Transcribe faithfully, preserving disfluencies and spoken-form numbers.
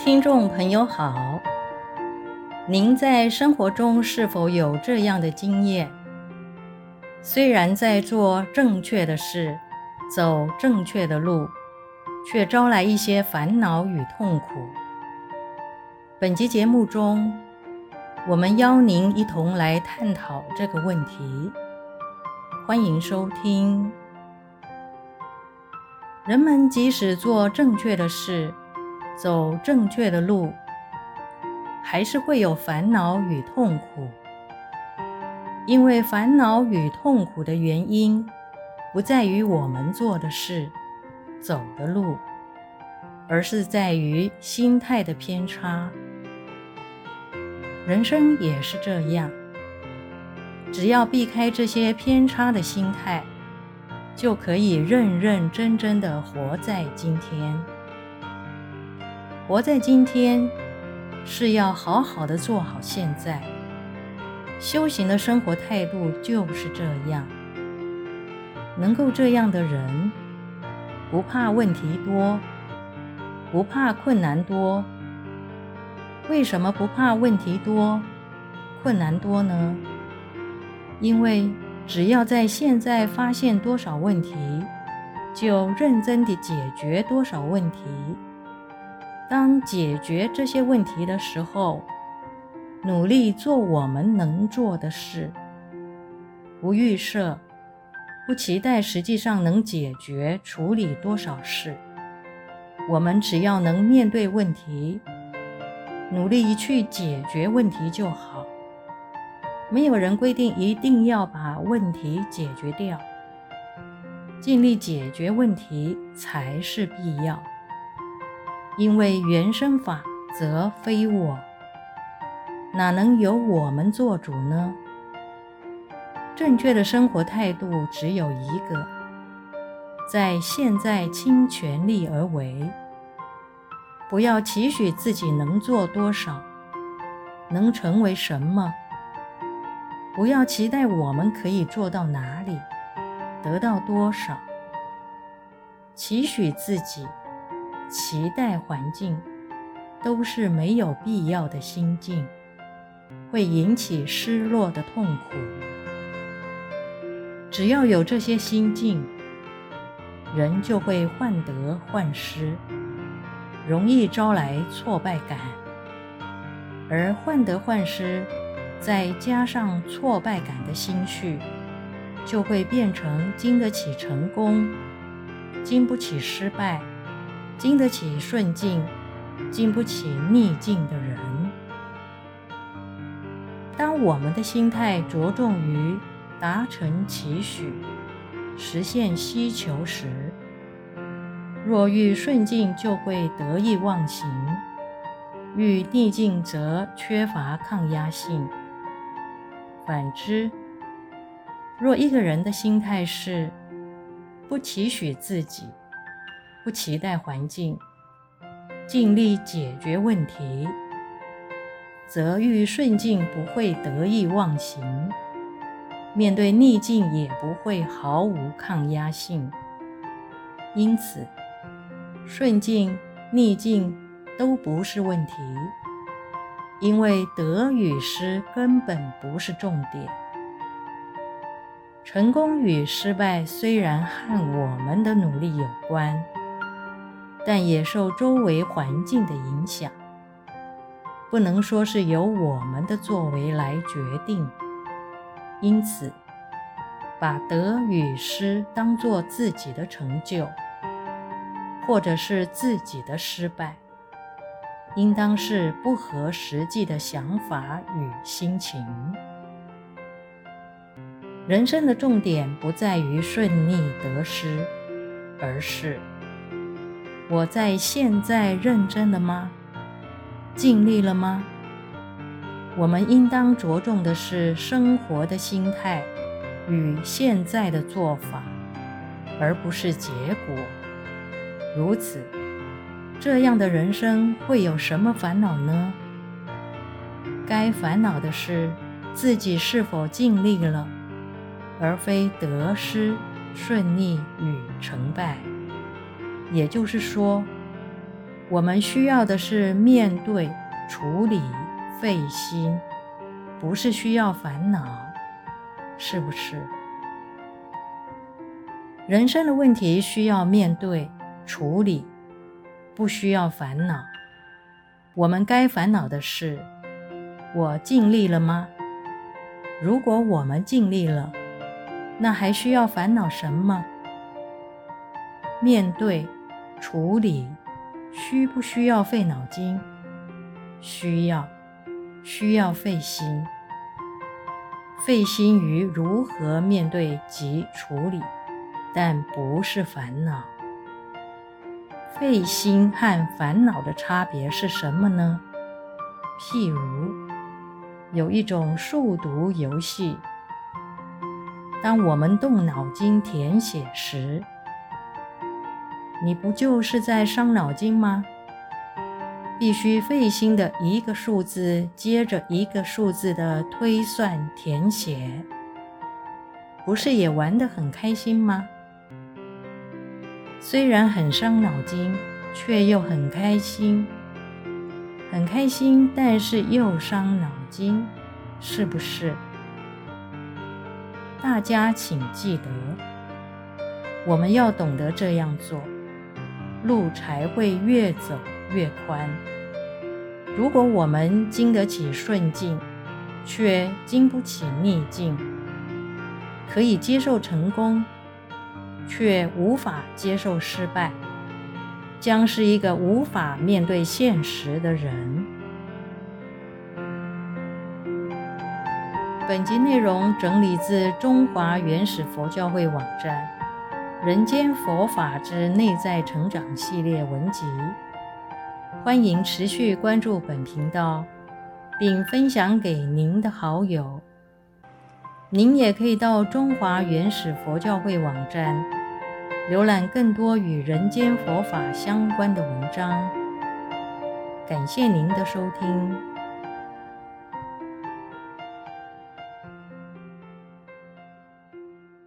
听众朋友好，您在生活中是否有这样的经验？虽然在做正确的事，走正确的路，却招来一些烦恼与痛苦。本集节目中，我们邀您一同来探讨这个问题。欢迎收听。人们即使做正确的事，走正确的路，还是会有烦恼与痛苦。因为烦恼与痛苦的原因，不在于我们做的事、走的路，而是在于心态的偏差。人生也是这样，只要避开这些偏差的心态，就可以认认真真地活在今天。活在今天，是要好好的做好现在。修行的生活态度就是这样。能够这样的人，不怕问题多，不怕困难多。为什么不怕问题多、困难多呢？因为只要在现在发现多少问题，就认真地解决多少问题。当解决这些问题的时候，努力做我们能做的事，不预设，不期待实际上能解决处理多少事。我们只要能面对问题，努力去解决问题就好。没有人规定一定要把问题解决掉，尽力解决问题才是必要。因为原生法则非我，哪能由我们做主呢？正确的生活态度只有一个，在现在倾全力而为。不要期许自己能做多少，能成为什么。不要期待我们可以做到哪里，得到多少。期许自己，期待环境，都是没有必要的心境，会引起失落的痛苦。只要有这些心境，人就会患得患失，容易招来挫败感。而患得患失，再加上挫败感的心绪，就会变成经得起成功，经不起失败，经得起顺境，经不起逆境的人。当我们的心态着重于达成期许，实现希求时，若遇顺境就会得意忘形，遇逆境则缺乏抗压性。反之，若一个人的心态是不期许自己，不期待环境，尽力解决问题，则遇顺境不会得意忘形，面对逆境也不会毫无抗压性。因此，顺境、逆境都不是问题，因为得与失根本不是重点。成功与失败虽然和我们的努力有关，但也受周围环境的影响，不能说是由我们的作为来决定。因此，把得与失当作自己的成就，或者是自己的失败，应当是不合实际的想法与心情。人生的重点不在于顺逆得失，而是我在现在认真了吗？尽力了吗？我们应当着重的是生活的心态与现在的做法，而不是结果。如此，这样的人生会有什么烦恼呢？该烦恼的是自己是否尽力了，而非得失、顺逆与成败。也就是说， 我们需要的是面对、处理、费心，不是需要烦恼，是不是？人生的问题需要面对、处理，不需要烦恼。我们该烦恼的是，我尽力了吗？如果我们尽力了，那还需要烦恼什么？面对、处理，需不需要费脑筋？需要，需要费心。费心于如何面对及处理，但不是烦恼。费心和烦恼的差别是什么呢？譬如，有一种数独游戏，当我们动脑筋填写时，你不就是在伤脑筋吗？必须费心的一个数字接着一个数字的推算填写，不是也玩得很开心吗？虽然很伤脑筋，却又很开心。很开心，但是又伤脑筋，是不是？大家请记得，我们要懂得这样做，路才会越走越宽。如果我们经得起顺境，却经不起逆境，可以接受成功，却无法接受失败，将是一个无法面对现实的人。本集内容整理自中华原始佛教会网站人间佛法之内在成长系列文集，欢迎持续关注本频道，并分享给您的好友。您也可以到中华原始佛教会网站浏览更多与人间佛法相关的文章。感谢您的收听。